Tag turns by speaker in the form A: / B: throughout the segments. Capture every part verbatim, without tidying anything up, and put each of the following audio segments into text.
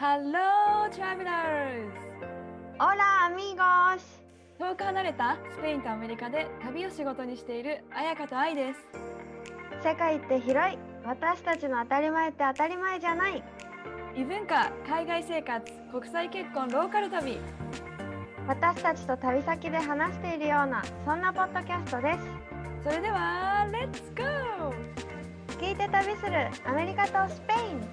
A: Hello, travelers!
B: Hola, amigos!
A: 遠く離れたスペインとアメリカで旅を仕事にしている彩香と愛です。
B: 世界って広い。私たちの当たり前って当たり前じゃない。
A: 異文化、海外生活、国際結婚、ローカル旅。
B: 私たちと旅先で話しているような、そんなポッドキャストです。
A: それでは、レッツゴー！
B: 聞いて旅するアメリカとスペイン。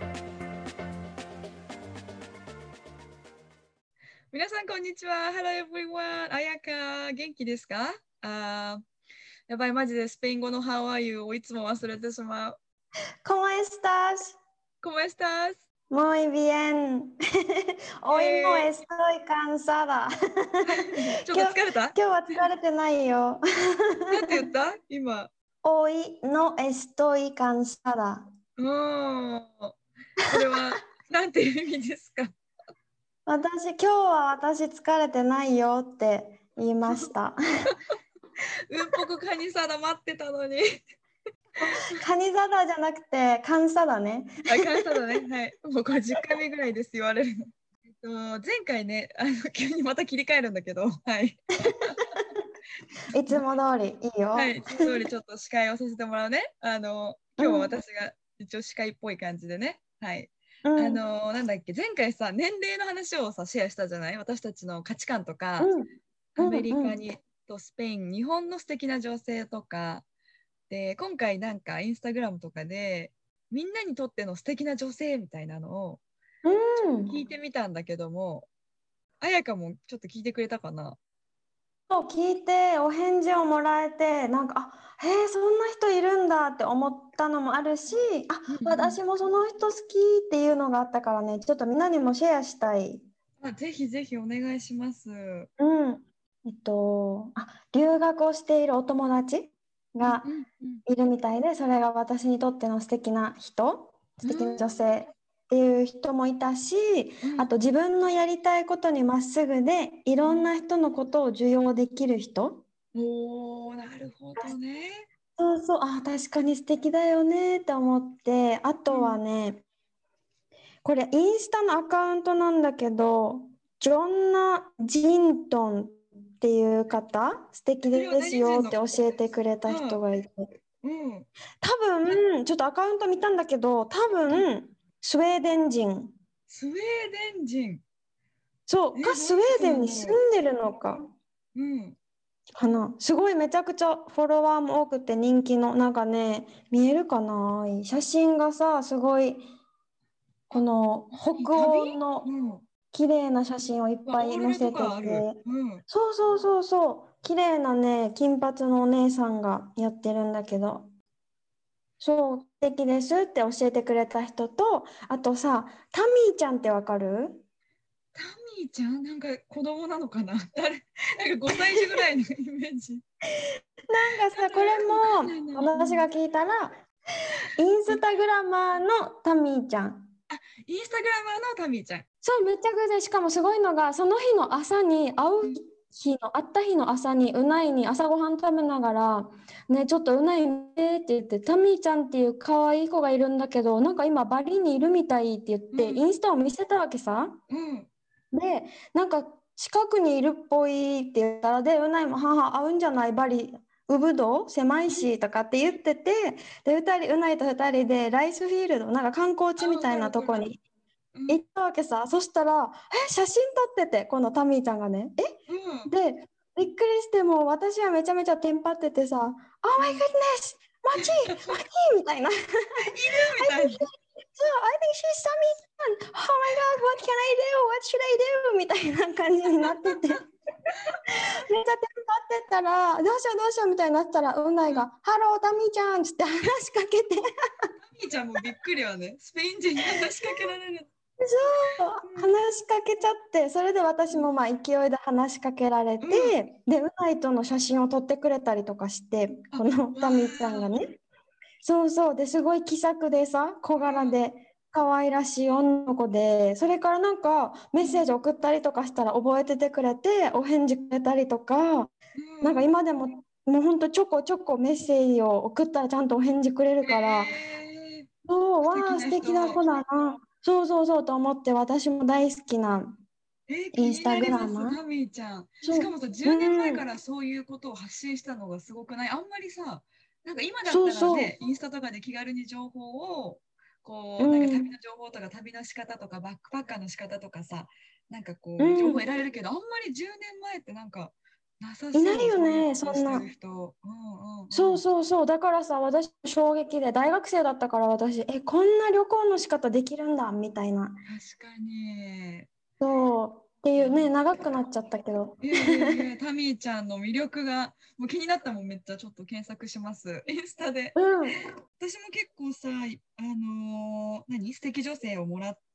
C: 皆さんこんにちは。Hello everyone。彩香、元気ですか？あー、やばい、マジでスペイン語の How are you をいつも忘れてしまう。
B: ¿Cómo estás?
C: ¿Cómo estás?
B: Muy bien. Hoy no estoy cansada.
C: ちょっと疲れた？
B: 今日は疲れてないよ。
C: なんて言った今。
B: Hoy no estoy cansada.
C: うーん。それはなんていう意味ですか？
B: 私、今日は私疲れてないよって言いました。
C: うんぽくカニサラ待ってたのに。
B: カニサラじゃなくてカンサラね。
C: あ、カンサラね。はい。もうこれじゅっかいめぐらいです言われるの。えっと、前回ね、あの急にまた切り替えるんだけど、はい。
B: いつも通りいいよ。
C: はい、いつも通りちょっと司会をさせてもらうね。あの、今日は私が一応司会っぽい感じでね。はい。うん、あの、なんだっけ、前回さ、年齢の話をさ、シェアしたじゃない？私たちの価値観とか、うん、アメリカに、うん、とスペイン、日本の素敵な女性とか、で、今回なんかインスタグラムとかで、みんなにとっての素敵な女性みたいなのを聞いてみたんだけども、彩香もちょっと聞いてくれたかな？
B: 聞いてお返事をもらえて、なんかあ、へえ、そんな人いるんだって思ったのもあるし、あ、うんうん、私もその人好きっていうのがあったからね、ちょっとみんなにもシェアしたい。
C: あ、ぜひぜひお願いします。
B: うん。えっと、あ、留学をしているお友達がいるみたいで、それが私にとっての素敵な人、素敵な女性っていう人もいたし、うん、あと自分のやりたいことにまっすぐでいろんな人のことを受容できる人。
C: おー、なるほどね。
B: そうそう、あ、確かに素敵だよねって思って、あとはね、うん、これインスタのアカウントなんだけど、ジョンナ・ジントンっていう方、素敵ですよって教えてくれた人がいて、うん、多分ちょっとアカウント見たんだけど、多分スウェーデン人。
C: スウェーデン人。
B: そうか、スウェーデンに住んでるのか。うん。かな。すごいめちゃくちゃフォロワーも多くて人気の、なんかね、見えるかな、写真がさ、すごいこの北欧の綺麗な写真をいっぱい載せてて、うん、そうそうそうそう、綺麗なね金髪のお姉さんがやってるんだけど、そう素敵ですって教えてくれた人と、あとさ、タミーちゃんってわかる？
C: タミーちゃん、なんか子供なのかな？誰？なんかごさい児ぐらいのイメージ。
B: なんかさ、これも私が聞いたら、インスタグラマーのタミーちゃん。
C: あ、インスタグラマーのタミーちゃん。
B: そう、めちゃくちゃ、しかもすごいのが、その日の朝に会う日の、会った日の朝にうないに朝ごはん食べながらね、ちょっとうないねって言って、タミーちゃんっていう可愛い子がいるんだけど、なんか今バリにいるみたいって言って、うん、インスタを見せたわけさ、うん、でなんか近くにいるっぽいって言ったら、でうないも母会うんじゃない、バリウブド狭いしとかって言ってて、でふたり、うないとふたりでライスフィールド、なんか観光地みたいなとこに行ったわけさ、うん、そしたらえ写真撮ってて、このタミーちゃんがね、え、うん、でびっくりして、もう私はめちゃめちゃテンパっててさ、Oh my goodness マジマジみたいな、いる
C: みたいな
B: そう、I think she's Sami-san. Oh my god, what can I do? What should I do? みたいな感じになっててめっちゃテンパってたら、どうしようどうしようみたいになったら、うないが、ハロータミーちゃんっつって話しかけてタ
C: ミーちゃんもびっくりはね、スペイン人に話しかけられる。
B: そう、話しかけちゃって、それで私もまあ勢いで話しかけられて、うん、でうないとの写真を撮ってくれたりとかして、このタミーちゃんがね、そうそうですごい気さくでさ、小柄で可愛らしい女の子で、それからなんかメッセージ送ったりとかしたら覚えててくれて、お返事くれたりとか、うん、なんか今でももうほんとちょこちょこメッセージを送ったらちゃんとお返事くれるから、えー、そう、わあ素敵な子だな。 そうそうそうと思って、私も大好きな
C: えー、気
B: インスタ
C: になります、
B: グラマー。
C: タミーちゃん。
B: そう。
C: しかもさ、じゅうねんまえからそういうことを発信したのがすごくない？あんまりさ、なんか今だっ
B: そうそう。
C: たらね、インスタとかで気軽に情報を、こ
B: う
C: う、なんか旅
B: ん。
C: の情報とか旅の仕方とかバックパッカーの仕方とかさ、なんか
B: う
C: こう、情報
B: ん。
C: 得られるけど、あんまりじゅうねんまえってなんかなさ
B: いな
C: そう、そういうこ
B: いよね、そ
C: として
B: んな。
C: る人。うんうん
B: そう
C: うん。
B: そうそう。だからさ、私衝撃で、大学生だったから私、え、こんな旅行の仕方できるんだ、みたいな。
C: 確かに。
B: そう。っていうね、長くなっちゃったけど。
C: いやいやいや、タミーちゃんの魅力がもう気になったもん、めっちゃちょっと検索します。インスタで。
B: うん。
C: 私も結構さ、あのー何素敵女性をもらって、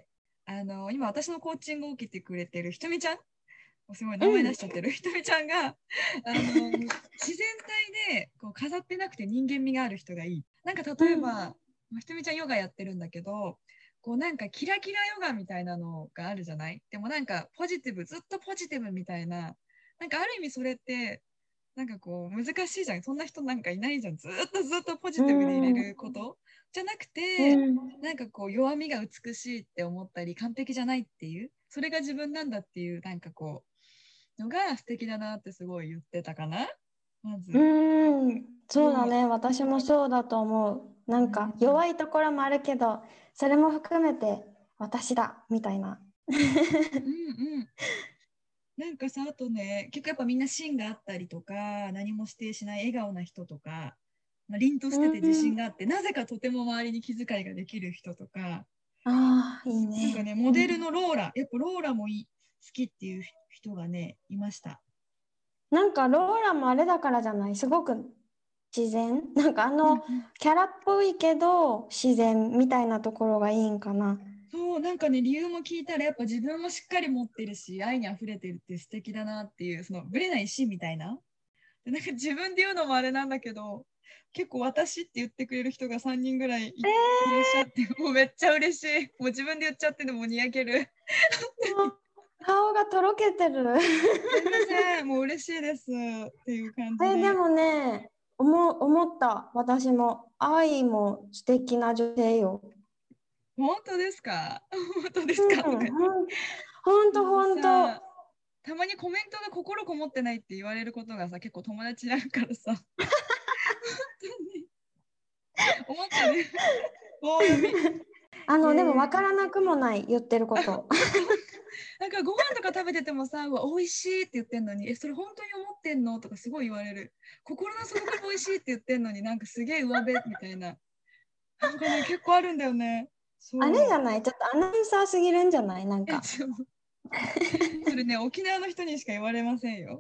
C: あのー今私のコーチングを受けてくれてるひとみちゃん、すごい名前出
B: うん。
C: しちゃってるひとみちゃんが、あのー自然体でこう飾ってなくて人間味がある人がいい。なんか例えば、ひとみちゃんヨガやってるんだけど、こうなんかキラキラヨガみたいなのがあるじゃない？でもなんかポジティブ、ずっとポジティブみたいな、なんかある意味それってなんかこう難しいじゃん。そんな人なんかいないじゃん。ずっとずっとポジ
B: う
C: ティブでいれ
B: ん。
C: ることじゃなく
B: う
C: て、
B: ん。
C: なんかこう弱みが美しいって思ったり、完璧じゃないっていう、それが自分なんだっていう、なんかこう、のが素敵だなってすごい言ってたかな。ま
B: う
C: ず。
B: ん。そうだ
C: そう。
B: ね。私もそうだと思う。な
C: う
B: んか
C: ん
B: 弱いところもあるけど、それも含めて私だ、みたいな。
C: うんうん。なんかさ、あとね、結構やっぱみんな芯があったりとか、何も指定しない笑顔な人とか、まあ、凛としてて自信
B: うん。
C: があって、なぜかとても周りに気遣いができる人とか、
B: ああ、いいね。
C: なんかね、モデルのローラ、やっぱローラもいい好きっていう人がね、いました。
B: なんかローラもあれだからじゃない、すごく自然。なんかあの
C: うんうん、
B: キャラっぽいけど自然みたいなところがいいんかな。
C: そう、なんかね、理由も聞いたら、やっぱ自分もしっかり持ってるし、愛に溢れてるって素敵だなっていう、そのぶれない芯みたいな。でなんか自分で言うのもあれなんだけど、結構私って言ってくれる人がさんにんぐらいい、いらっしゃって、もうめっちゃ嬉しい。もう自分で言っちゃってでもにやける。
B: もう顔がとろけてる。
C: すいません、もう嬉しいですっていう感じで。
B: えでもね、思思った。私も愛も素敵な女性よ。
C: 本当ですか？本当ですか？とか
B: うん、ほんほんと
C: もう
B: ほんと。
C: さ、たまにコメントが心こもってないって言われることがさ、結構友達になるからさ、本当に思ったね。棒読み。
B: あのでも
C: いやいやいや、
B: 分からなくもない言ってるこ
C: あ、
B: と。
C: なんかご飯とか食べててもさ、うわ、美味しいって言ってんのに、え、それ本当に思ってんのとかすごい言われる。心の底から美味しいって言ってんのに、なんかすげえ上辺みたいな。なんかね、結構あるんだよね。
B: あれじ
C: そう。
B: ゃない、ちょっとアナウンサーすぎるんじゃない、なん
C: え、
B: か。
C: ちょ、それね、沖縄の人にしか言われませんよ。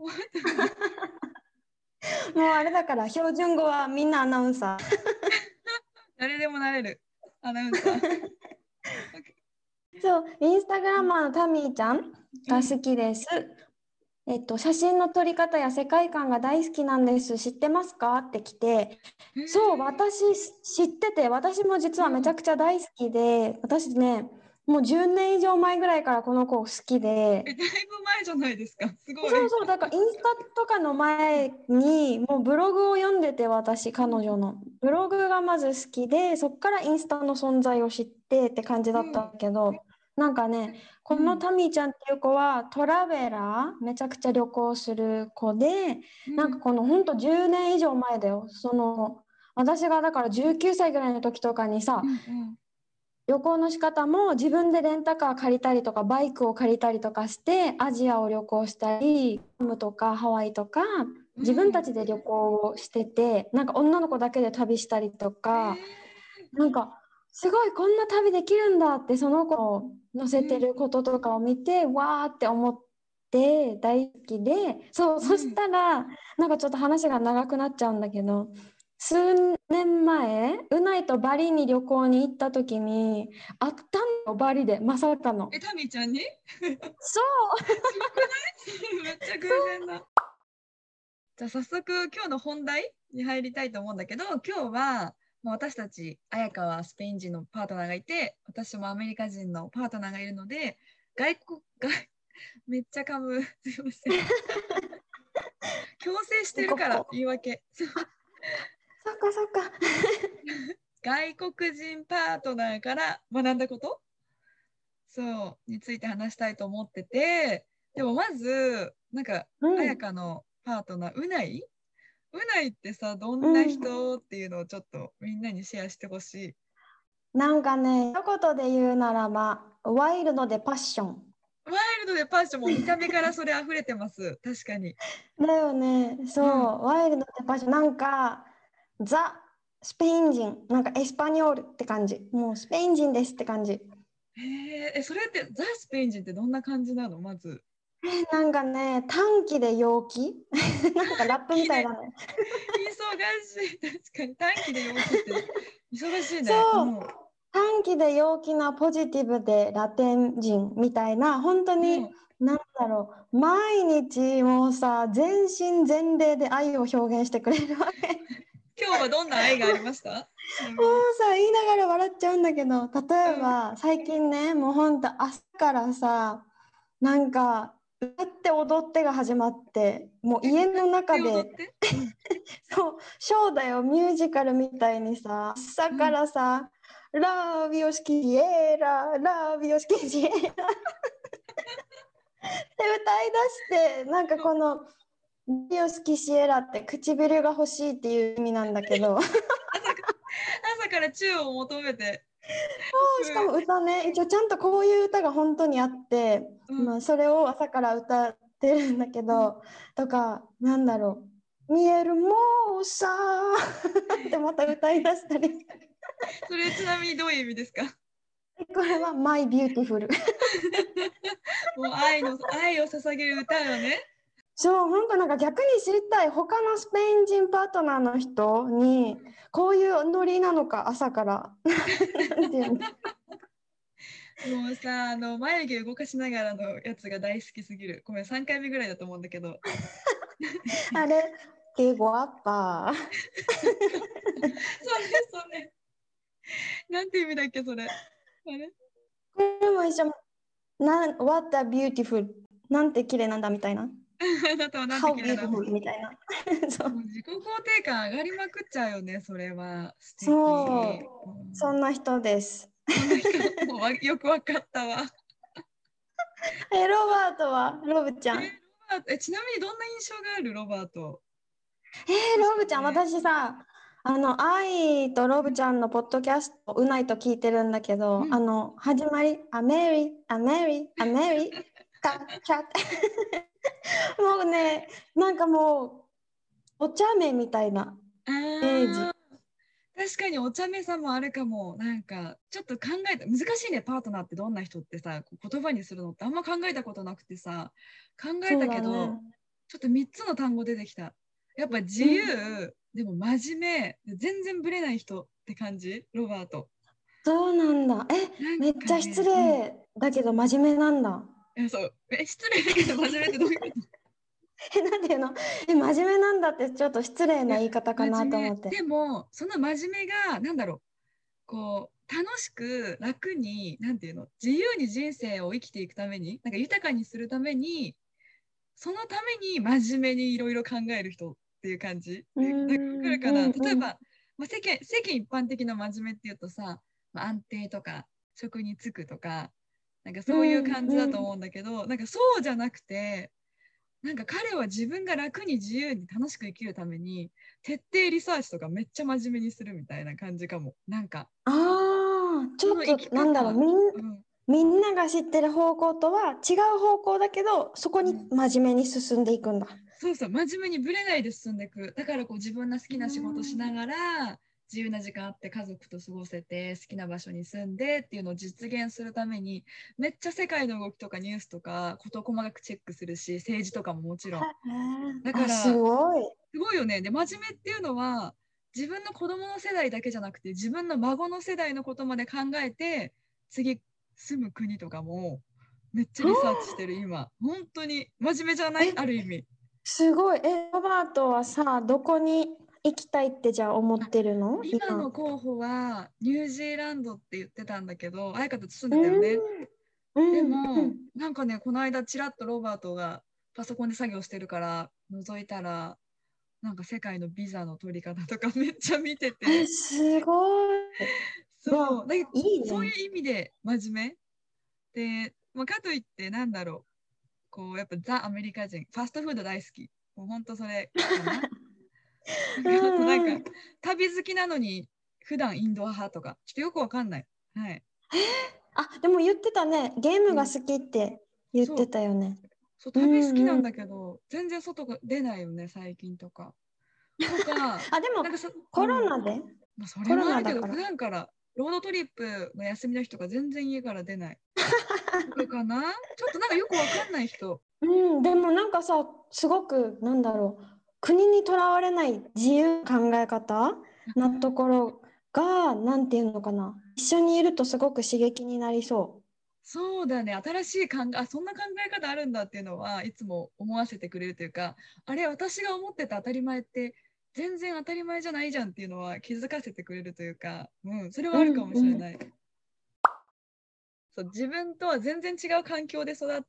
B: もうあれだから標準語はみんなアナウンサー。
C: 誰でもなれる。アナウンサー。
B: そう、インスタグラマーのタミーちゃんが好きです。えっと、写真の撮り方や世界観が大好きなんです。知ってますかって来て、そう、私知ってて、私も実はめちゃくちゃ大好きで、私ね、もうじゅうねん以上前ぐらいからこの子好きで、
C: え、だいぶ前じゃないですか。すごい。
B: そうそう、だからインスタとかの前にもうブログを読んでて、私、彼女の。ブログがまず好きで、そっからインスタの存在を知ってって感じだったけど、なんかね、このタミーちゃんっていう子はトラベラー、めちゃくちゃ旅行する子で、なんかこのほんとじゅうねん以上前だよ。その、私がだからじゅうきゅうさいぐらいの時とかにさ、旅行の仕方も自分でレンタカー借りたりとかバイクを借りたりとかしてアジアを旅行したりグアムとかハワイとか自分たちで旅行をしてて、なんか女の子だけで旅したりとか、なんかすごいこんな旅できるんだってその子を載せてることとかを見てわーって思って大好きで、そう、そしたらなんかちょっと話が長くなっちゃうんだけど、数年前、うないとバリに旅行に行った時に会ったのよ、バリで、まさかの。
C: え、タミちゃんに
B: そう。
C: すごくないめっちゃ偶然だ。じゃあ早速今日の本題に入りたいと思うんだけど、今日は、まあ、私たち綾香はスペイン人のパートナーがいて、私もアメリカ人のパートナーがいるので、外国外めっちゃ噛む。すいません。強制してるから言い訳。
B: そっかそっか。
C: 外国人パートナーから学んだことそうについて話したいと思ってて、でもまずなんか、
B: うん、
C: 彩香のパートナーうないうないってさ、どんな人っていうのをちょっとみんなにシェアしてほしい。
B: なんかね、一言で言うならば、ワイルドでパッション。
C: ワイルドでパッションも見た目からそれ溢れてます。確かに。
B: だよね、そう、
C: うん、
B: ワイルドでパッション。なんか、ザ・スペイン人、なんかエスパニョールって感じ。もうスペイン人ですって感じ。
C: へーえ、それってザ・スペイン人ってどんな感じなのまず。
B: なんかね、短気で陽気なんかラップみたいだね。
C: 忙しい。確かに短期で陽気って忙しい
B: そ
C: ね。う
B: う、
C: ん。
B: 短気で陽気なポジティブでラテン人みたいな、本当に、
C: うん、
B: なんだろう、毎日もうさ、全身全霊で愛を表現してくれるわけ。
C: 今日はどんな愛がありましたちなみに。
B: もうさ、言いながら笑っちゃうんだけど、例え
C: うん。
B: ば最近ね、もうほんと朝からさ、なんか歌って踊ってが始まって、もう
C: え、
B: 家の中
C: で踊っ
B: で、
C: て。うん。
B: そう、ショーだよ、ミュージカルみたいにさ、朝か
C: うん。
B: らさ、ラビオシキジエラ、ラビオシキジエラって歌い出して、なんかこの、ラビオスキシエラって唇が欲しいっていう意味なんだけど、
C: 朝か、朝からチューを求めて。
B: しかも歌ね、一応ちゃんとこういう歌が本当にあって、
C: うん。
B: まあ、それを朝から歌ってるんだけ
C: うん。
B: ど、とか、なんだろう、見えるもうさーってまた歌い出したり、
C: それちなみにどういう意味ですか？
B: これは My Beautiful。
C: もう愛の愛を捧げる歌よね。
B: そう、本当なんか逆に知りたい、他のスペイン人パートナーの人に、こういうノリなのか、朝から。なんていうの
C: もうさ、あの眉毛動かしながらのやつが大好きすぎる。ごめん、さんかいめぐらいだと思うんだけど。
B: あれ、ケゴアッパー。
C: それそれ。なんて意味だっけそれ。あれ？
B: これも一緒。なん、What a beautiful。なんて綺麗なんだみたいな。
C: あなたはなんて
B: How
C: 綺麗なんだ。
B: beautiful みたいな。そう。
C: もう自己肯定感上がりまくっちゃうよね、それは。素敵。
B: そう。
C: うん、
B: そんな人です。
C: そんな人、もうわよくわかったわ。
B: え、ロバートはロブちゃ
C: え、
B: ん。
C: ロバート、え、ちなみにどんな印象があるロバート？
B: えー、ロブちゃん、
C: ね、
B: 私さ、あの、愛とロブちゃんのポッドキャスト、うないと聞いてるんだけど、
C: うん、
B: あの、始まり、アメリ、アメリ、アメリ、カッチャッ。もうね、なんかもう、お茶目みたいな
C: あ
B: イメージ。
C: ー、確かにお茶目さもあるかも。なんかちょっと考えた難しいね。パートナーってどんな人ってさ、こう言葉にするのってあんま考えたことなくてさ、考え
B: そう
C: たけど
B: だね。
C: ちょっとみっつの単語出てきた。やっぱ自
B: うん、
C: 由でも真面目、全然ブレない人って感じロバート。
B: そうなんだ。え、
C: なん
B: めっちゃ失
C: かね、うん。
B: 礼だけど真面目なんだ。
C: え、そう。え、失礼だけど真面目ってどういうこと？
B: え、なんていうのえ、真面目なんだってちょっと失礼
C: いや、
B: な言い方かな
C: 真面目。
B: と思って。
C: でも、その真面目が、なんだろう、こう、楽しく、楽に、なんていうの、自由に人生を生きていくために、なんか豊かにするために、そのために真面目にいろいろ考える人っていう感じ。
B: うー
C: で、なんかわかる
B: ん、
C: かな、
B: うん、うん。
C: 例えば、まあ、世間、世間一般的な真面目っていうとさ、まあ、安定とか、職に就くとか、なんかそういう
B: うん、
C: 感じ
B: うん。
C: だと思うんだけど、なんかそうじゃなくて、なんか彼は自分が楽に自由に楽しく生きるために徹底リサーチとかめっちゃ真面目にするみたいな感じかも。なんか
B: ああ、ちょっ
C: その生き
B: となんだろう、
C: 方、
B: みん、
C: うん、
B: みんなが知ってる方向とは違う方向だけど、そこに
C: うん、
B: 真面目に進んでいくんだ。
C: そうそう、真面目にぶれないで進んでいく。だからこう自分の好
B: うー
C: きな仕事しな
B: ん。
C: がら自由な時間あって家族と過ごせて好きな場所に住んでっていうのを実現するためにめっちゃ世界の動きとかニュースとか事細かくチェックするし、政治とかももちろん。
B: へえ、
C: だか
B: あ、す
C: ら
B: ごい。
C: すごいよね。で、真面目っていうのは、自分の子供の世代だけじゃなくて、自分の孫の世代のことまで考えて、次住む国とかもめっちゃリサーチしてる今。本当に真面目じゃない？
B: え、
C: ある意味。
B: すごい。え、ロバートはさ、どこに行きたいってじゃあ思
C: あ、
B: ってるの今。
C: 今の候補はニュージーランドって言ってたんだけど、彩香と住ん
B: うーん、
C: でたよね。
B: う
C: で
B: ん、う
C: も、
B: ん。
C: なんかね、この間ちらっとロバートがパソコンで作業してるから覗いたら、なんか世界のビザの取り方とかめっちゃ見て
B: え、
C: て、
B: すごい。いや、
C: そう、だけど
B: いいね。
C: そういう意味で真面目。 で、まあ、かといってなんだろう、こうやっぱザ・アメリカ人、ファストフード大好き。もうほんとそれかな。あとなんか旅好きなのに普段インドア派とかちょっとよくわかんない。はい。
B: あ、でも言ってたね。ゲームが好きって言ってたよね。
C: そう、旅好きなんだけど、うんうん、全然外が出ないよね最近とか。とか
B: あ、でも
C: なんかそ
B: コロナで、うん、
C: まあ、それもあるけど普段からロードトリップの休みの日とか全然家から出ない。これかなちょっとなんかよくわかんない人。
B: うん、でもなんかさ、すごくなんだろう、国にとらわれない自由考え方なところが、なんていうのかな、一緒にいるとすごく刺激になりそう。
C: そうだね、新しい考え、あ、そんな考え方あるんだっていうのはいつも思わせてくれるというか、あれ、私が思ってた当たり前って全然当たり前じゃないじゃんっていうのは気づかせてくれるというか、うん、それはあるかもしれない。うんうん、そう自分とは全然違う環境で育って、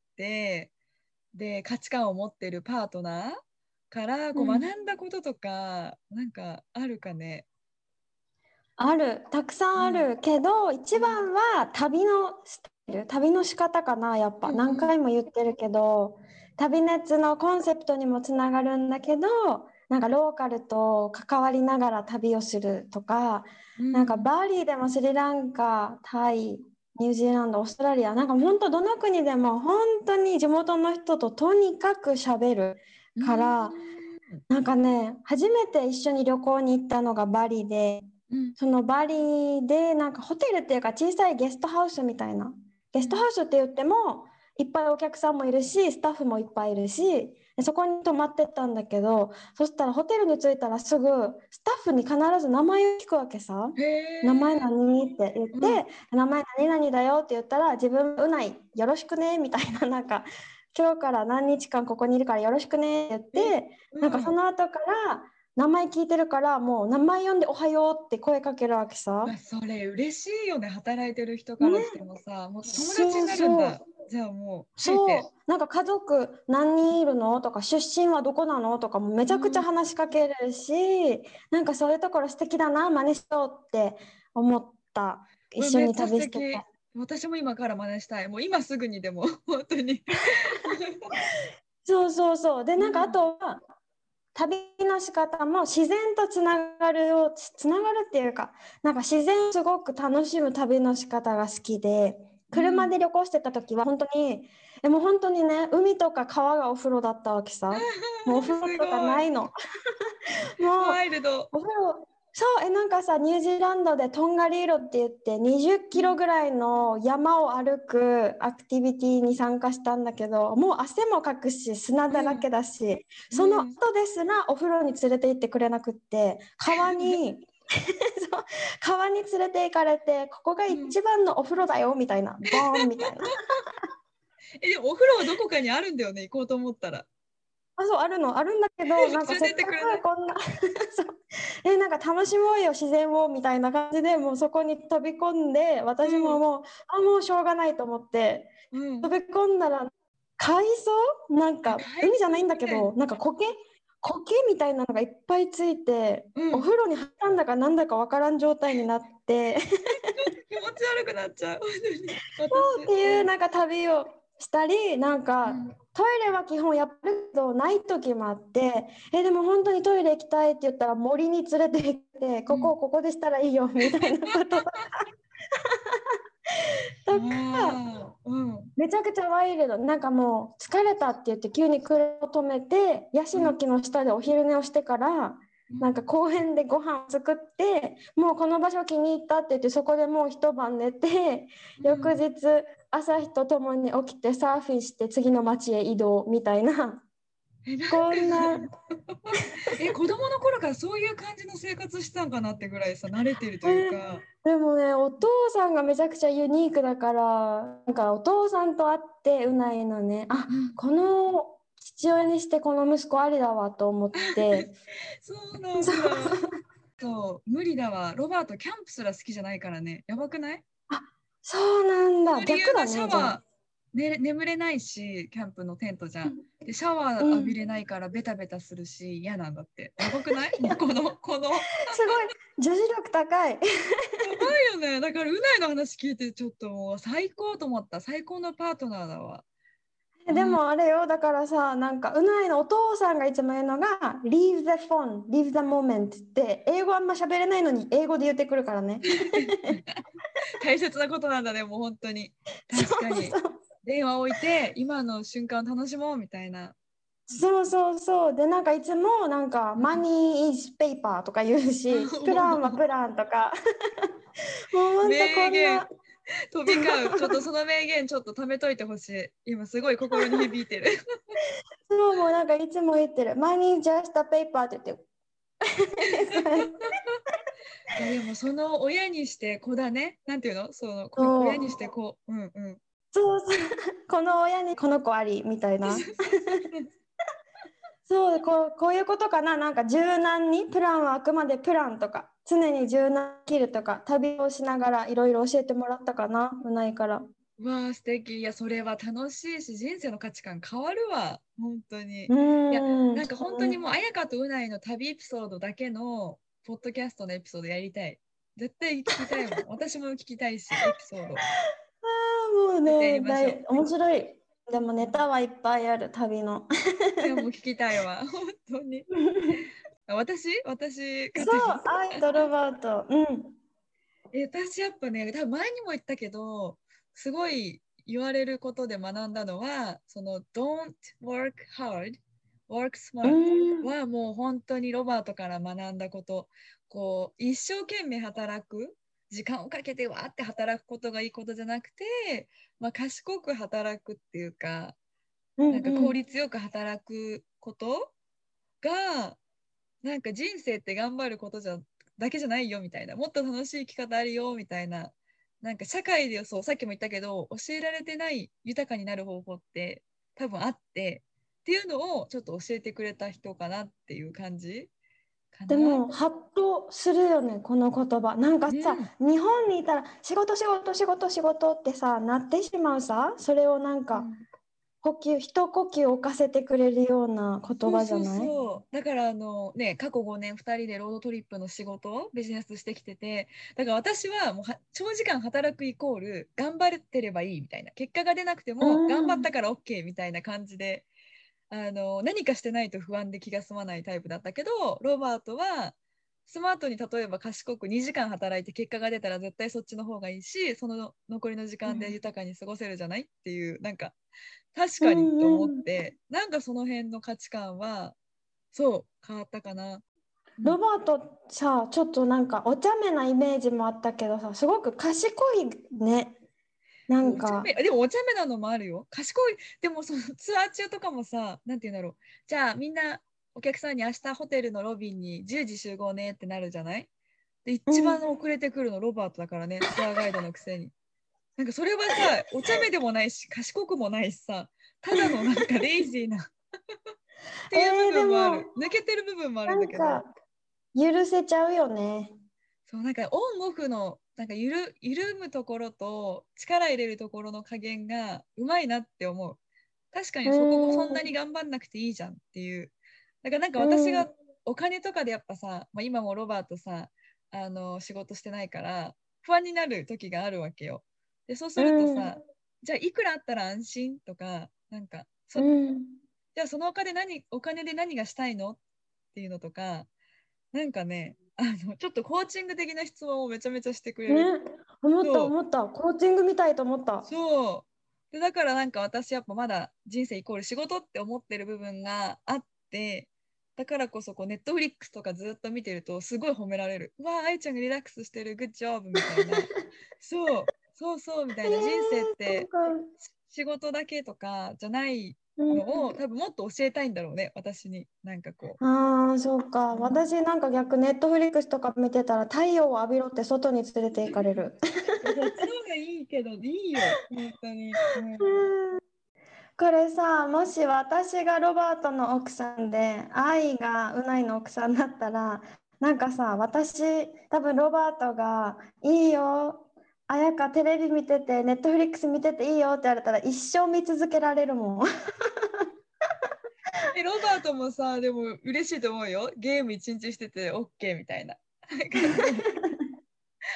C: で、価値観を持っているパートナーからこう学んだこととか、うん、なんかあるかね。
B: ある、たくさんあるけど、うん、一番は旅のスタイル、旅の仕方かな、やっぱ、うんうん、何回も言ってるけど、旅熱のコンセプトにもつながるんだけど、なんかローカルと関わりながら旅をするとか、うん、なんかバリでもスリランカ、タイ、ニュージーランド、オーストラリア、なんか本当どの国でも本当に地元の人ととにかく喋るから、うん、なんかね、初めて一緒に旅行に行ったのがバリで、うん、そのバリでなんかホテルっていうか小さいゲストハウスみたいな、ゲストハウスって言ってもいっぱいお客さんもいるしスタッフもいっぱいいるし、そこに泊まってったんだけど、そしたらホテルに着いたらすぐスタッフに必ず名前を聞くわけさ。名前何って言って、うん、名前何々だよって言ったら、自分うないよろしくねみたいな、なんか今日から何日間ここにいるからよろしくねって言って、うん、なんかその後から名前聞いてるから、もう名前呼んでおはようって声かけるわけさ。
C: それ嬉しいよね、働いてる人からしてもさ、ね、もう友達になるんだ。そうそう、じゃあもう
B: そう、なんか家族何人いるのとか、出身はどこなのとかもめちゃくちゃ話しかけるし、うん、なんかそういうところ素敵だな、真似しようって思った。一緒に旅してて。
C: 私も今から真似したい。もう今すぐにでも本当に。
B: そうそうそう。で、なんかあとは、うん、旅の仕方も自然とつながるをつながるっていうか、なんか自然をすごく楽しむ旅の仕方が好きで、車で旅行してた時は本当に、えもう本当にね、海とか川がお風呂だったわけさ。もうお風呂とかないの。もう
C: ワイルド。
B: お風呂、そうえなんかさ、ニュージーランドでトンガリーロって言ってにじゅっキロぐらいの山を歩くアクティビティに参加したんだけど、もう汗もかくし砂だらけだし、うん、その後ですらお風呂に連れて行ってくれなくって、川にそう川に連れて行かれて、ここが一番のお風呂だよみたいな、ボーンみたいな
C: えでもお風呂はどこかにあるんだよね、行こうと思ったら。
B: あ、そう、あるの、あるんだけど、なんかせっかくこんなそうえ、なんか楽しもうよ、自然をみたいな感じで、もうそこに飛び込んで、私ももう、うん、あ、もうしょうがないと思って、うん、飛び込んだら、海藻なんか、海じゃないんだけど、なんか苔苔みたいなのがいっぱいついて、うん、お風呂に入ったんだかなんだかわからん状態になって、
C: 気持ち悪くなっちゃう。
B: そうっていうなんか旅をしたり、なんか、うん、トイレは基本やっぱりない時もあって、えでも本当にトイレ行きたいって言ったら森に連れて行って、ここ、うん、ここでしたらいいよみたいなこととかとか、うん、めちゃくちゃワイルド、なんかもう疲れたって言って急に車を止めて、ヤシの木の下でお昼寝をしてから、うん、なんか公園でご飯を作って、もうこの場所気に入ったって言って、そこでもう一晩寝て、うん、翌日朝日とともに起きてサーフィンして次の町へ移動みたいな。
C: えこんなえ子供の頃からそういう感じの生活したんかなってぐらいさ慣れてるというか、
B: えー、でもねお父さんがめちゃくちゃユニークだから、なんかお父さんと会ってうないのね、あ、うん、この父親にしてこの息子ありだわと思って
C: そうなんだそう無理だわ、ロバートキャンプすら好きじゃないからね、やばくない？
B: あ、そうなんだ、逆だね。
C: シャワーね、眠れないし、キャンプのテントじゃん。でシャワー浴びれないからベタベタするし、嫌なんだって。やばくない？このこの
B: すごい女子力高い。
C: よね。だからうないの話聞いてちょっともう最高と思った。最高のパートナーだわ。
B: でもあれよ、だからさ、なんかうないのお父さんがいつも言うのが Leave the phone, leave the moment って英語あんま喋れないのに英語で言ってくるからね。
C: 大切なことなんだね、もう本当に。確かに。
B: そうそう
C: 電話置いて今の瞬間を楽しもうみたいな。
B: そうそうそう。で、なんかいつもなんか Money is paper とか言うし、プランはプランとか。もうほんとこ
C: 名言
B: んな。
C: 飛び交う。ちょっとその名言ちょっと貯めといてほしい。今すごい心に響いてる。
B: そう、もうなんかいつも言ってる。Money is just a paper って言ってる。
C: いやでもその親にして子だね。なんていうのその
B: そう
C: 親にして子。うんうん。
B: そうそう。この親にこの子ありみたいな。そうこう、こういうことかな。なんか柔軟にプランはあくまでプランとか常に柔軟に生きるとか旅をしながらいろいろ教えてもらったかな、うないから。
C: わあ素敵。いやそれは楽しいし人生の価値観変わるわ本当に。
B: うーん
C: いやなんか本当にもう綾香とうないの旅エピソードだけのポッドキャストのエピソードやりたい。絶対聞きたいもん。私も聞きたいしエピソード。
B: あーもう
C: 絶対やり
B: ね、
C: ましょう。
B: 大面白い。でもネタはいっぱいある旅の。
C: いやもう聞きたいわ本当に。私私
B: そう、
C: 勝手に。
B: アイとロバート。うん。
C: え私やっぱね多分前にも言ったけどすごい言われることで学んだのはその Don't work hard work
B: う
C: smart
B: ん。
C: はもう本当にロバートから学んだこと。こう一生懸命働く時間をかけてわーって働くことがいいことじゃなくて、まあ、賢く働くっていうか
B: うん
C: なんか効
B: うん。
C: 率よく働くことがなんか人生って頑張ることじゃだけじゃないよみたいな、もっと楽しい生き方あるよみたいな、なんか社会でそうさっきも言ったけど教えられてない豊かになる方法って多分あってっていうのをちょっと教えてくれた人かなっていう感じか
B: で
C: な。
B: もハッとするよね、この言葉。なんかさ、
C: うん、
B: 日本にいたら仕事仕事仕事仕事ってさ、なってしまうさ、それをなんか
C: うん、
B: 呼吸、一呼吸置かせてくれるような言
C: そうそう
B: 葉じゃない？
C: そう。だからあのね、過去ごねんふたりでロードトリップの仕事、ビジネスしてきてて、だから私はもうは長時間働くイコール頑張ってればいいみたいな、結果が出なくて
B: う
C: も頑張っ
B: ん。
C: たから OK みたいな感じで、あの何かしてないと不安で気が済まないタイプだったけど、ロバートはスマートに例えば賢くにじかん働いて結果が出たら絶対そっちの方がいいし、その残りの時間で豊かに過ごせるじゃないっていう、なんか確
B: う
C: かにって思っ
B: んうん。
C: て、なんかその辺の価値観はそう変わったかな。うん、
B: ロバートさ、ちょっとなんかお茶目なイメージもあったけどさ、すごく賢いね。な
C: そうお茶目、
B: んか、
C: でもお茶目なのもあるよ。賢い、でもそのツアー中とかもさ、なんて言うんだろう。じゃあみんなお客さんに明日ホテルのロビーにじゅうじ集合ねってなるじゃない。で、一番
B: うん。
C: 遅れてくるのロバートだからね、ツアーガイドのくせに。なんかそれはさ、お茶目でもないし、賢くもないしさ、ただのなんかレイジーなっていう部
B: えー、で
C: 分もある。
B: も、
C: 抜けてる部分もある
B: なんか、
C: んだけど、
B: 許せちゃうよね。
C: そうなんかオンオフのなんかゆる緩むところと力入れるところの加減がうまいなって思う。確か
B: う
C: にそこもそんなに
B: ん。
C: 頑張んなくていいじゃんっていう。だからなんか
B: う
C: 私が
B: ん。
C: お金とかでやっぱさ、まあ、今もロバートさあの仕事してないから不安になる時があるわけよ。でそうす
B: う
C: ると
B: ん。
C: さ、じゃあいくらあったら安心とかなんかそ
B: うん。
C: じゃあそのお金何お金で何がしたいのっていうのとかなんかねあのちょっとコーチング的な質問をめちゃめちゃしてくれ
B: ね、
C: る。
B: 思った
C: そう
B: 思った。コーチングみたいと思った。
C: そうでだからなんか私やっぱまだ人生イコール仕事って思ってる部分があってだからこそこうネットフリックスとかずっと見てるとすごい褒められる。うわあ愛ちゃんがリラックスしてるグッジョブみたいなそうそうそうみた
B: えー、
C: いな人生って
B: そっか。
C: 仕事だけとかじゃない
B: うん。
C: のを多分もっと教えたいんだろうね私になんかこ
B: ああ、そうか。
C: う、うん、
B: 私なんか逆、ネットフリックスとか見てたら太陽を浴びろって外に連れて行かれる。
C: いやそっちの方がいいけどいいよ本当に、うん、
B: うん。これさ、もし私がロバートの奥さんで、愛がうないの奥さんだったら、なんかさ、私、多分ロバートが、いいよ、あやかテレビ見てて、ネットフリックス見てていいよって言われたら、一生見続けられるもん。
C: え、ロバートもさ、でも嬉しいと思うよ。ゲーム一日してて OK みたいな感じで。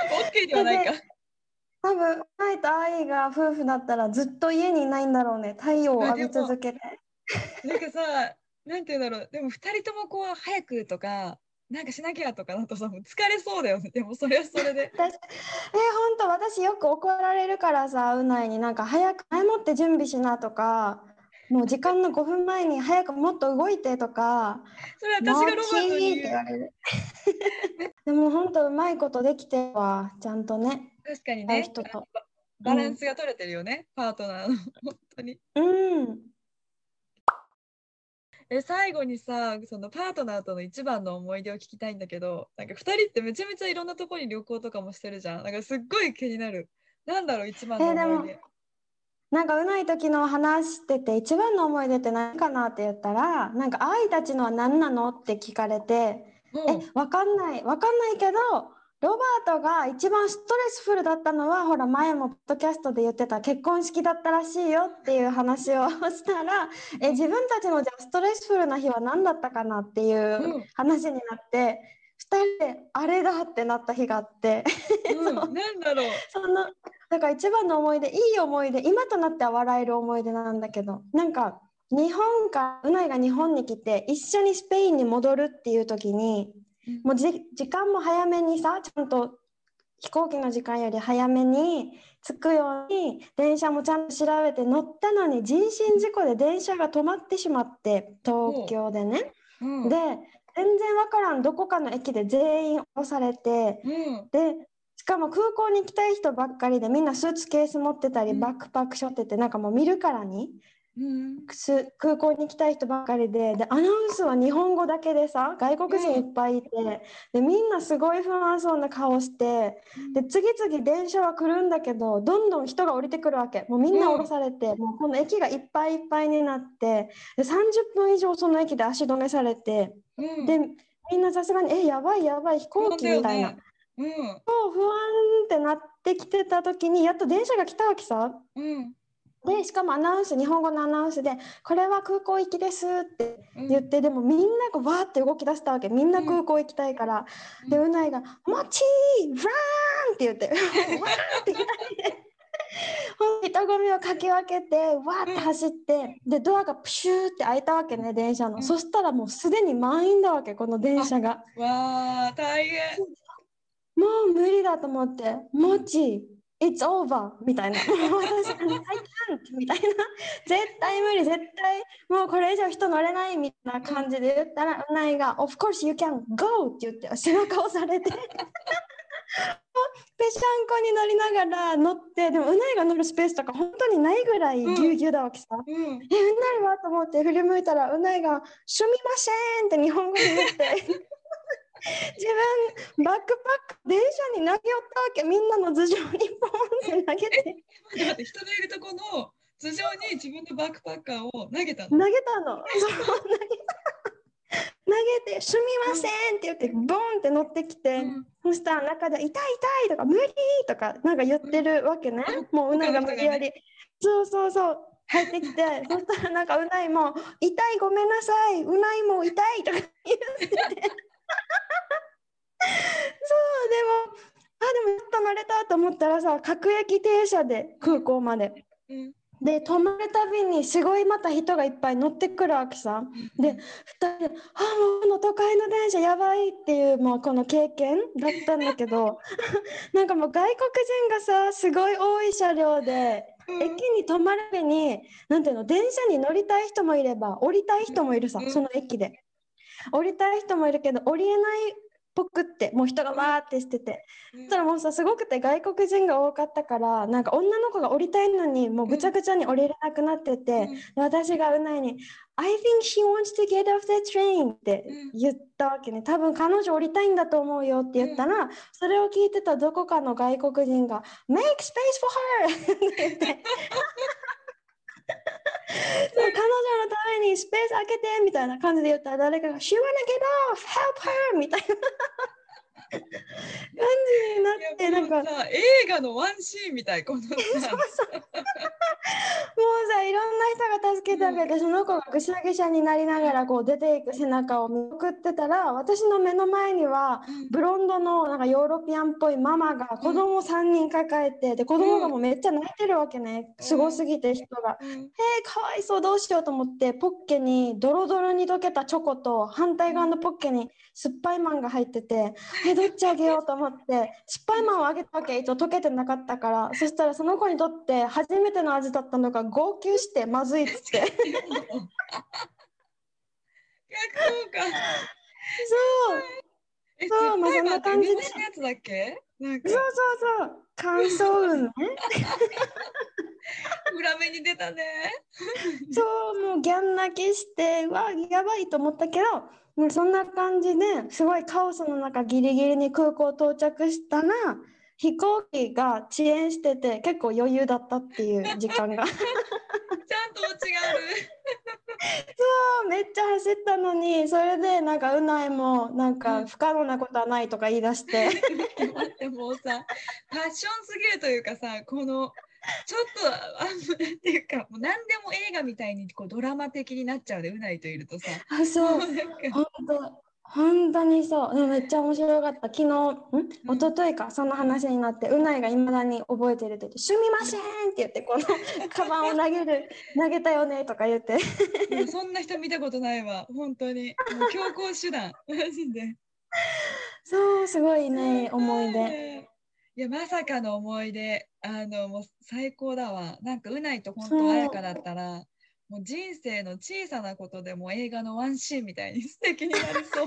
C: OK ではないか。
B: 多分愛と愛が夫婦だったらずっと家にいないんだろうね。太陽を浴び続けて。
C: なんかさ、なんて言うんだろう。でもふたりともこう早くとかなんかしなきゃとかだとさ、もう疲れそうだよね。でもそれはそれで。
B: 私えー、本当私よく怒られるからさ、うないになんか早く前もって準備しなとか、もう時間のごふんまえに早くもっと動いてとか、
C: それは私がロバートに
B: って言われる。でも本当うまいことできてるわ、ちゃんとね。
C: 確かにね、
B: 人と
C: バランスが取れてるよね、うん、パートナーの本当に。
B: うん。
C: え最後にさ、そのパートナーとの一番の思い出を聞きたいんだけど、なんかふたりってめちゃめちゃいろんなところに旅行とかもしてるじゃん。なんかすっごい気になる。なんだろう、一番の思い出。
B: えー、でもなんかうない時の話してて一番の思い出って何かなって言ったら、なんか愛たちのは何なのって聞かれて、
C: うん、
B: え、わかんない、わかんないけど、ロバートが一番ストレスフルだったのは、ほら前もポッドキャストで言ってた結婚式だったらしいよっていう話をしたら、え、自分たちのじゃあストレスフルな日は何だったかなっていう話になって、ふたりであれだってなった日があって、
C: うん、なんだろう。
B: そのだから一番の思い出、いい思い出、今となっては笑える思い出なんだけど、なんか日本からうないが日本に来て一緒にスペインに戻るっていう時に、もうじ時間も早めにさ、ちゃんと飛行機の時間より早めに着くように電車もちゃんと調べて乗ったのに、人身事故で電車が止まってしまって、東京でね、
C: うん、
B: で全然わからんどこかの駅で全員降ろされて、
C: うん、
B: でしかも空港に行きたい人ばっかりで、みんなスーツケース持ってたり、
C: うん、
B: バックパック背負ってて、なんかもう見るからに、
C: うん、
B: 空港に行きたい人ばっかりで、でアナウンスは日本語だけでさ、外国人いっぱいいて、うん、でみんなすごい不安そうな顔して、で次々電車は来るんだけど、どんどん人が降りてくるわけ。もうみんな降ろされて、うん、もうこの駅がいっぱいいっぱいになって、でさんじゅっぷん以上その駅で足止めされて、うん、でみんなさすがにえやばいやばい飛行機みたいな。うん、不安ってなってきてた時にやっと電車が来たわけさ、うん、でしかもアナウンス、日本語のアナウンスでこれは空港行きですって言って、うん、でもみんながわーって動き出したわけ。みんな空港行きたいから、うん、でうないが「もちーラーン!」って言ってわーって人混みをかき分けてわーって走って、うん、でドアがプシューって開いたわけね、電車の、うん、そしたらもうすでに満員だわけ、この電車が。
C: わー大変。
B: もう無理だと思って、もち、It's over みたいな、もう私、I can't みたいな、絶対無理、絶対もうこれ以上人乗れないみたいな感じで言ったら、うないが Of course you can go って言って背中を押されてぺしゃんこに乗りながら乗って、でもうないが乗るスペースとか本当にないぐらいぎゅうぎゅうだわけさ、うん、えうないはと思って振り向いたら、うないがすみませんって日本語で言って自分バックパック電車に投げ寄ったわけ。みんなの頭上にポンって投げて
C: 待って人がいるとこの頭上に自分のバックパッカーを投げたの。
B: 投げたの。そう投げた投げて「すみません」って言ってボンって乗ってきて、うん、そしたら中で「痛い痛い」とか「無理」とかなんか言ってるわけね、うん、もううないが無理やり、ね、そうそうそう入ってきてそしたらなんかうないも「痛いごめんなさい、うないも痛い」とか言っててそう、でもあでもやっと乗れたと思ったらさ、各駅停車で空港まで、うん、で止まるたびにすごいまた人がいっぱい乗ってくるわけさ、うん、でふたりで「あもうこの都会の電車やばい」っていうもうこの経験だったんだけどなんかもう外国人がさすごい多い車両で、うん、駅に止まるたびになんていうの、電車に乗りたい人もいれば降りたい人もいるさ、うん、その駅で降りたい人もいるけど降りえないぽくってもう人がわーってしてて、うん、そしたらもうさすごくて外国人が多かったから、なんか女の子が降りたいのにもうぐちゃぐちゃに降りれなくなってて、うん、私がうないに「I think she wants to get off the train」って言ったわけね。多分彼女降りたいんだと思うよって言ったら、うん、それを聞いてたどこかの外国人が「Make space for her 」って言ってそう彼女のためにスペース開けてみたいな感じで言ったら、誰かが「She wanna get off! Help her!」みたいなになって、なんか
C: さ映画のワンシーンみたいこのさそうそうもう
B: さ、いろんな人が助けてあげて、うん、その子がぐしゃぐしゃになりながらこう出ていく背中を見送ってたら、私の目の前にはブロンドのなんかヨーロピアンっぽいママが子供さんにん抱えて、で子供がもうめっちゃ泣いてるわけね、すごすぎて人が、うん、えー、かわいそう、どうしようと思ってポッケにドロドロに溶けたチョコと反対側のポッケに酸っぱいマンが入ってて、えどっちあげようと思って酸っぱいマンをあげたわけ、一応溶けてなかったから。そしたらその子にとって初めての味だったのが号泣してまずいっつって逆効
C: 果
B: そう
C: えそう、まあ、そんな感じで梅干しのやつだっけ、なんか
B: そうそうそう乾燥雲ね
C: 裏目に出たね
B: そうもうギャン泣きしてうわやばいと思ったけど、もうそんな感じですごいカオスの中ギリギリに空港到着したら飛行機が遅延してて結構余裕だったっていう時間がちゃん
C: とオチがある
B: そうめっちゃ走ったのに、それでなんかうないもなんか不可能なことはないとか言い出して
C: 待ってもうさパッションすぎるというかさ、このちょっとあっていうかもう何でも映画みたいにこうドラマ的になっちゃうで、うないといるとさ。
B: あそう本当本当にそう。でもめっちゃ面白かった。昨日、ん一昨日か、その話になって、うないがいまだに覚えてるって言って、すみませんって言って、このカバンを投げる、投げたよねとか言って。
C: そんな人見たことないわ、本当に。もう強行手段、マジで。
B: そう、すごいね、思い出。
C: いや、まさかの思い出。あの、もう最高だわ。なんか、うないと本当、彩香だったら、もう人生の小さなことでも映画のワンシーンみたいに素敵になりそう。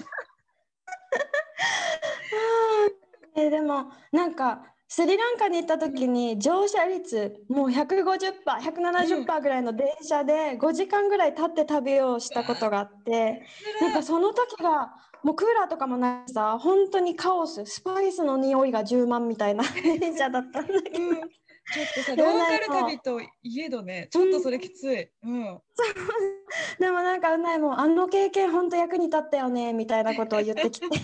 B: えでもなんかスリランカに行った時に乗車率もう ひゃくごじゅっパーセント、ひゃくななじゅっパーセント ぐらいの電車でごじかんぐらい経って旅をしたことがあって、なんかその時がもうクーラーとかもないさ、本当にカオス、スパイスの匂いが充満みたいな電車だったんだけど、うん、
C: ちょっとさローカル旅といえどね、ちょっとそれきつい、うんうん、
B: でもなんかうないもあの経験本当役に立ったよねみたいなことを言ってきて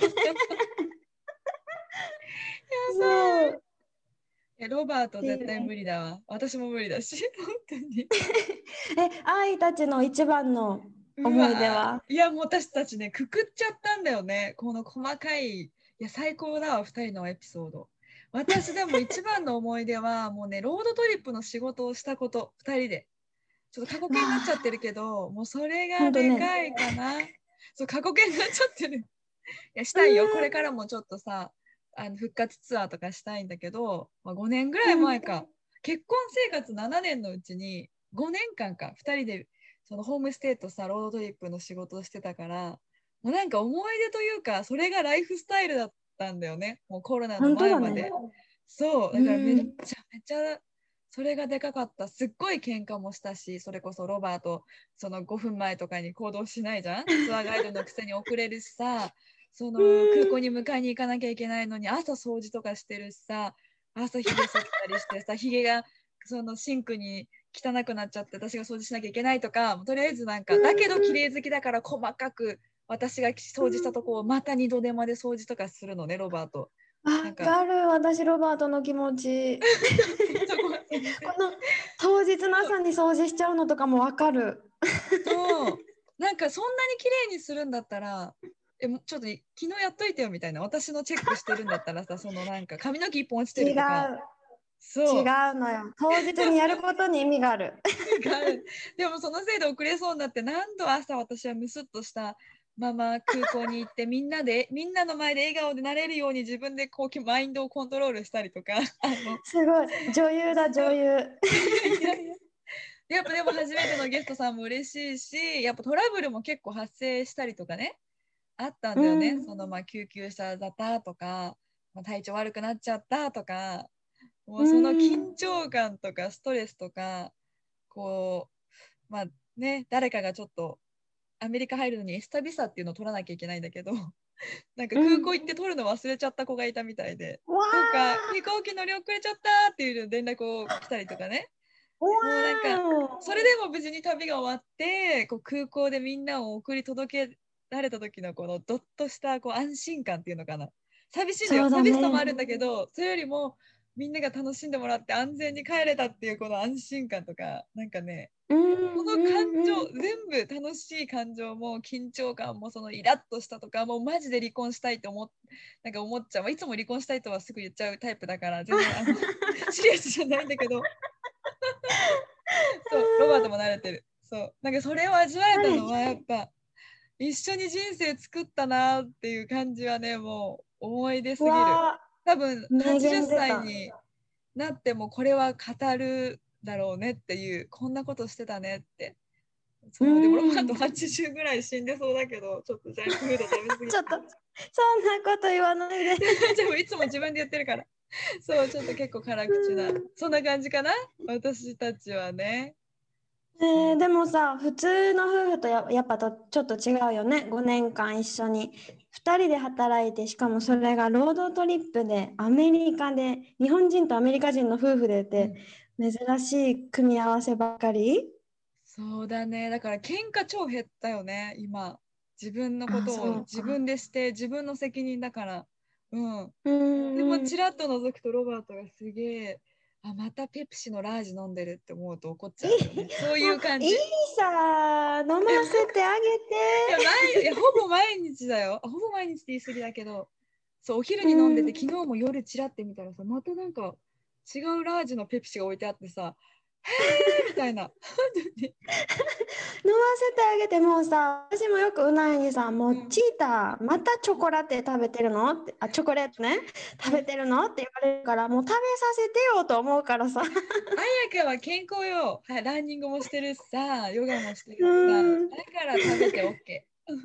C: そうえロバート絶対無理だわ、私も無理だし本当に
B: え愛たちの一番の思い出は？
C: いやもう私たちねくくっちゃったんだよね、この細かい。いや最高だわふたりのエピソード。私でも一番の思い出はもうねロードトリップの仕事をしたこと、ふたりでちょっと過去形になっちゃってるけどもうそれがでかいかな、ね、そう過去形になっちゃってるいやしたいよ、これからもちょっとさあの復活ツアーとかしたいんだけど、まあ、ごねんぐらい前か、うん、結婚生活ななねんのうちにごねんかんかふたりでそのホームステイとさロードトリップの仕事をしてたから、もうなんか思い出というかそれがライフスタイルだったんだよね、もうコロナの前まで、ね、そうだからめっちゃめちゃそれがでかかった。すっごい喧嘩もしたし、それこそロバートそのごふんまえとかに行動しないじゃん、ツアーガイドのくせに遅れるしさその空港に迎えに行かなきゃいけないのに朝掃除とかしてるしさ、朝ひげ剃ったりしてさひげがそのシンクに汚くなっちゃって私が掃除しなきゃいけないとか、とりあえずなんかだけど綺麗好きだから細かく私が掃除したとこをまた二度手間で掃除とかするのねロバート。
B: わかる、私ロバートの気持ちこの当日の朝に掃除しちゃうのとかもわかる
C: そうなんかそんなに綺麗にするんだったらえちょっと昨日やっといてよみたいな、私のチェックしてるんだったらさそのなんか髪の毛一本落ちてるとか
B: 違うそう違うのよ、当日にやることに意味がある
C: でもそのせいで遅れそうになって何度朝私はムスッとしたまま空港に行ってみんなでみんなの前で笑顔でなれるように自分でこうマインドをコントロールしたりとかあの
B: すごい女優だ女優
C: やっぱでも初めてのゲストさんも嬉しいし、やっぱトラブルも結構発生したりとかねあったんだよね、うん、そのまあ救急車だったとか、まあ、体調悪くなっちゃったとか、もうその緊張感とかストレスとか、こうまあね誰かがちょっとアメリカ入るのにエスタビザっていうのを取らなきゃいけないんだけどなんか空港行って取るの忘れちゃった子がいたみたいで、うん、とか飛行機乗り遅れちゃったっていう連絡を来たりとかね、もうなんかそれでも無事に旅が終わってこう空港でみんなを送り届けられた時のこのドッとしたこう安心感っていうのかな、 寂しいんだよ。
B: そうだね
C: 寂しさもあるんだけど、それよりもみんなが楽しんでもらって安全に帰れたっていうこの安心感とか、なんかね、
B: うん
C: この
B: うん
C: 感情、
B: うん
C: 全部楽しい感情も緊張感もそのイラッとしたとか、もうマジで離婚したいと思っなんか思っちゃう。いつも離婚したいとはすぐ言っちゃうタイプだから、全然あのシリアスじゃないんだけど、そう、ロバートも慣れてる。そう、なんかそれを味わえたのはやっぱ一緒に人生作ったなっていう感じはね、もう思い出すぎる。
B: わ
C: 多分
B: ー、名
C: 80
B: 言出た。
C: 歳になってもこれは語るだろうねっていう、こんなことしてたねって。そううでもロバート
B: ん。
C: はちじゅうぐらい死んでそうだけど、ちょっとジャンクフード食べ過ぎ
B: ちょっと、そんなこと言わないで。
C: でもいつも自分で言ってるから。そう、ちょっと結構辛口な。そんな感じかな、私たちはね。
B: えーでもさ、普通の夫婦とや、やっぱとちょっと違うよね。ごねんかん一緒にふたりで働いて、しかもそれがロードトリップでアメリカで、日本人とアメリカ人の夫婦でって珍しい組み合わせばっかり。
C: そうだね。だから喧嘩超減ったよね、今。自分のこ
B: あ、
C: と
B: そうか。
C: を自分でして、自分の責任だから。うん。
B: う
C: でも、
B: ーん。
C: ちらっと覗くとロバートがすげえ、あ、またペプシのラージ飲んでるって思うと怒っちゃうよね。そういう感
B: いい
C: じ。い
B: さ、飲ませてあげ
C: や、
B: て。
C: 毎いやほぼ毎日だよ。あほぼ毎日って言い過ぎだけど、そう、お昼に飲んでて、
B: うん。
C: 昨日も夜ちらって見たらさ、またなんか違うラージのペプシが置いてあってさ、へーみたいな。
B: 飲ませてあげて、もうさ、私もよくうないにさ、も
C: う
B: うんチーター、またチョコラテ食べてるのって、あ、チョコレートね、食べてるのって言われるから、もう食べさせてよと思うからさ。
C: あやかは健康よ、はい。ランニングもしてるしさ、ヨガもしてるし
B: う
C: さ、
B: ん。
C: だから食べて OK。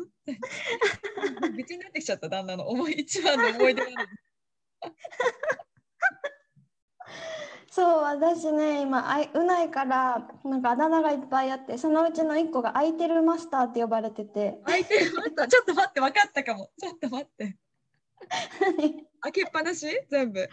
C: 愚痴になってきちゃった、旦那の思い一番の思い出なのに。
B: そう、私ね、今、あいうないから、なんかあだ名がいっぱいあって、そのうちのいっこが空いてるマスターって呼ばれてて。
C: 開いてる、待った、ちょっと待って、分かったかも。ちょっと待って。開けっぱなし全部。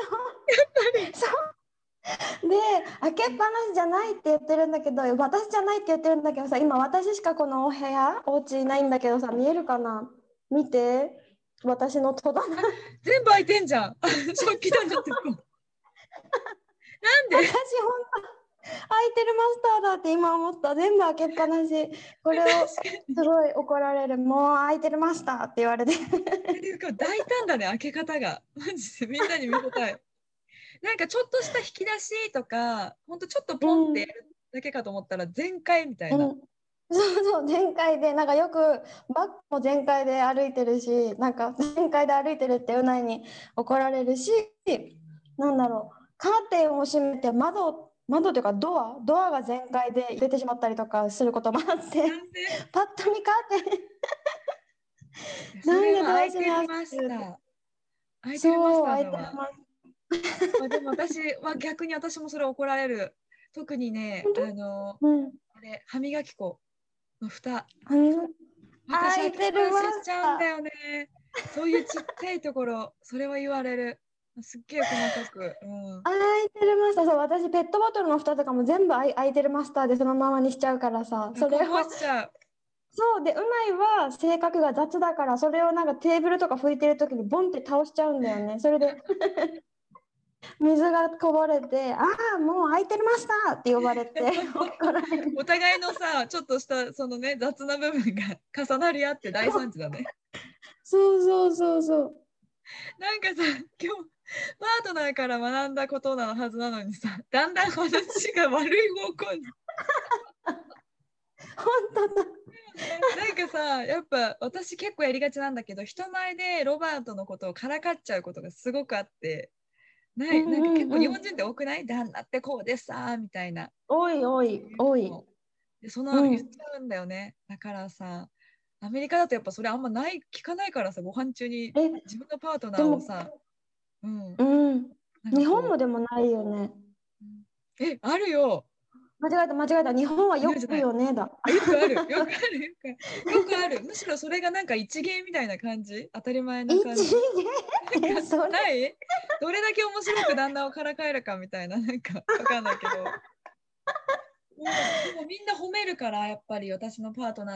B: で、開けっぱなしじゃないって言ってるんだけど、私じゃないって言ってるんだけどさ、今私しかこのお部屋、お家いないんだけどさ、見えるかな？見て、私の戸棚。
C: 全部開いてんじゃん。食器棚ってこう。なんで
B: 私本当開いてるマスターだって今思った。全部開けっぱなし。これをすごい怒られる。もう開いてるマスターって言われて。
C: 大胆だね、開け方が。マジでみんなに見せたい。なんかちょっとした引き出しとか、ほんとちょっとポンってやるだけかと思ったら全開みたいな。
B: うん、そうそう、全開で、なんかよくバッグも全開で歩いてるし、なんか全開で歩いてるってうないに怒られるし、なんだろう、カーテンを閉めて窓、窓というかドア、ドアが全開で入れてしまったりとかすることもあって、
C: なんで
B: パッと見カーテン、
C: それは開いてる
B: なんでどうしよう
C: マスター。開いてるマス
B: そう、
C: ター
B: 開いてる
C: だわ。
B: マス
C: まあ、でも私は逆に私もそれ怒られる。特にね、あの、
B: うん、
C: あれ、歯磨き粉の蓋。
B: うん
C: 私、
B: 開いて
C: 開けっぱ
B: るマ
C: なししち
B: スター。
C: ゃうんだよね。そういうちっちゃいところ、それは言われる。すっげえ細かく。うん。
B: 開いてるマスター、そう、私ペットボトルの蓋とかも全部開開いてるマスターでそのままにしちゃうからさ、それ
C: こぼ
B: を、
C: しちゃう。
B: そうで、うないは性格が雑だから、それをなんかテーブルとか拭いてる時にボンって倒しちゃうんだよね。それで水がこぼれて、ああ、もう開いてるマスターって呼ばれて怒られる。
C: お互いのさ、ちょっとしたそのね、雑な部分が重なり合って大惨事だね。
B: そうそうそうそう。
C: なんかさ、今日、パートナーから学んだことなはずなのにさ、だんだん話が悪い方向に。
B: 本当だ。
C: なんかさ、やっぱ私結構やりがちなんだけど、人前でロバートのことをからかっちゃうことがすごくあって、な
B: うん
C: い、なんか結
B: うんうん。
C: 構日本人って多くない？旦那ってこうでさ、みたいな。
B: 多い多い多い。
C: でそ
B: うん
C: の言っちゃうんだよね。だからさ、アメリカだとやっぱそれあんまない、聞かないからさ、ご飯中に
B: え、
C: 自分のパートナ
B: でも、
C: ーをさ、うん、
B: うん。
C: なんか
B: 日本も
C: こ
B: でもないよね。
C: う、え、あるよ。
B: 間違えた間違えた。日本はよく
C: あるじゃない。
B: よねだ。
C: あ、よくある。よくある。よくある。よくある。むしろそれがなんか一芸みたいな感じ、当たり前な
B: 一
C: 感じ。
B: 芸
C: なんか
B: それ。
C: ないどれだけ面白く旦那をからかえるかみたいな、なんかわかんないけど。もうでもみんな褒めるから、やっぱり私のパートナー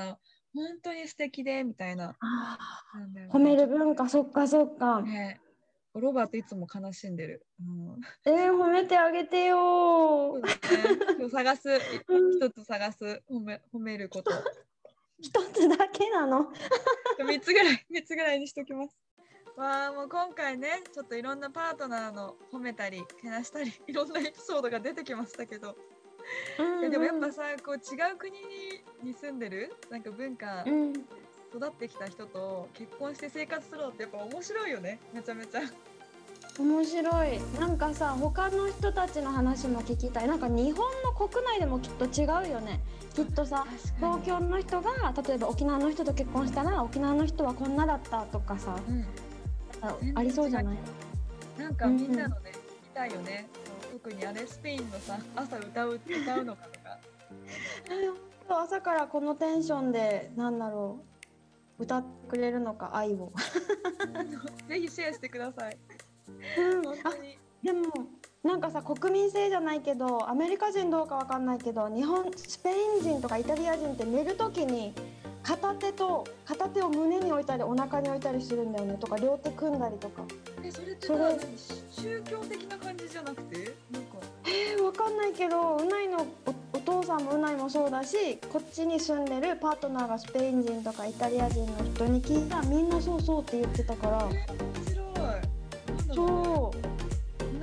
C: 本当に素敵でみたいな。
B: あ
C: なんだよね
B: 褒める文化、そっかそっか。
C: ね。ロバートいつも悲しんでる。うん、
B: えー、褒めてあげてよ
C: そうだね。今日探す、一つ探す、褒め、褒めること。
B: 一つだけなの。
C: 三つぐらい、三つぐらいにしときます。わあ、もう今回ね、ちょっといろんなパートナーの褒めたり、けなしたり、いろんなエピソードが出てきましたけど。
B: うんうん、
C: いやでもやっぱさ、こう違う国に住んでる、なんか文化、うん、育ってきた人と結婚して生活するのってやっぱ面白いよね。めちゃめちゃ。
B: 面白い。なんかさ、他の人たちの話も聞きたい。なんか日本の国内でもきっと違うよね。きっとさ、東京の人が例えば沖縄の人と結婚したら沖縄の人はこんなだったとかさ、うん、あ, ありそうじゃない？
C: なんかみんなのね、聞きたいよね。特にあれスペインのさ、朝歌う歌うのかとか。
B: 朝からこのテンションでなんだろう、歌ってくれるのか、愛を。
C: ぜひシェアしてください。
B: うん、本当に。でもなんかさ、国民性じゃないけどアメリカ人どうかわかんないけど、日本スペイン人とかイタリア人って寝るときに片手と片手を胸に置いたりお腹に置いたりするんだよね。とか両手組んだりとか。
C: え、それってさ、宗教的な感じじゃなくてなんか
B: えー、わかんないけど、うないの お, お父さんもうないもそうだし、こっちに住んでるパートナーがスペイン人とかイタリア人の人に聞いたらみんなそうそうって言ってたから。
C: えー、面白い。
B: そう。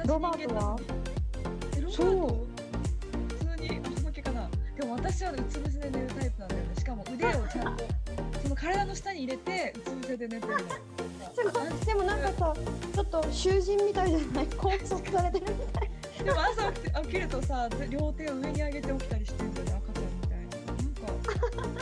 B: ロバートは？
C: そう。普通に足の毛かな。でも私はうつ伏せで寝るタイプなんだよね。しかも腕をちゃんとその体の下に入れてうつ伏せで寝てるの。
B: すごい。でもなんかさ、ちょっと囚人みたいじゃない？拘束されてるみたい。
C: でも朝起きて起きるとさ、両手を上に上げて起きたりしてるんだよね、赤ちゃんみたいな。なんか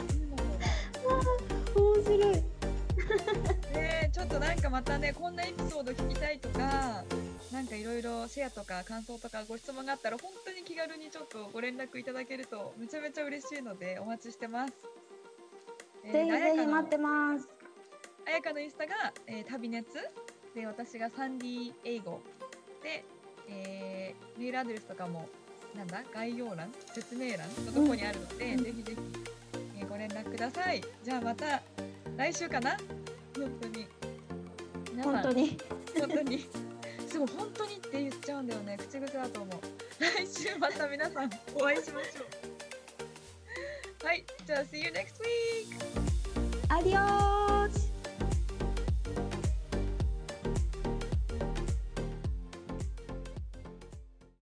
B: 面白い。
C: ね、ちょっとなんかまたね、こんなエピソード聞きたいとか、なんかいろいろシェアとか感想とかご質問があったら本当に気軽にちょっとご連絡いただけるとめちゃめちゃ嬉しいのでお待ちしてます。
B: えー、ぜひぜひ待ってます。
C: あやかのインスタが、えー、旅熱で、私がサンディ英語で、えー、メールアドレスとかもなんだ概要欄説明欄のとこにあるので、うん、ぜひぜひ、えー、ご連絡ください。じゃあまた来週かな。本当に
B: 本当に
C: 本当にすごい本当にって言っちゃうんだよね。口癖だと思う。来週また皆さんお会いしましょう。はい、じゃあ See you next week!
B: アディオー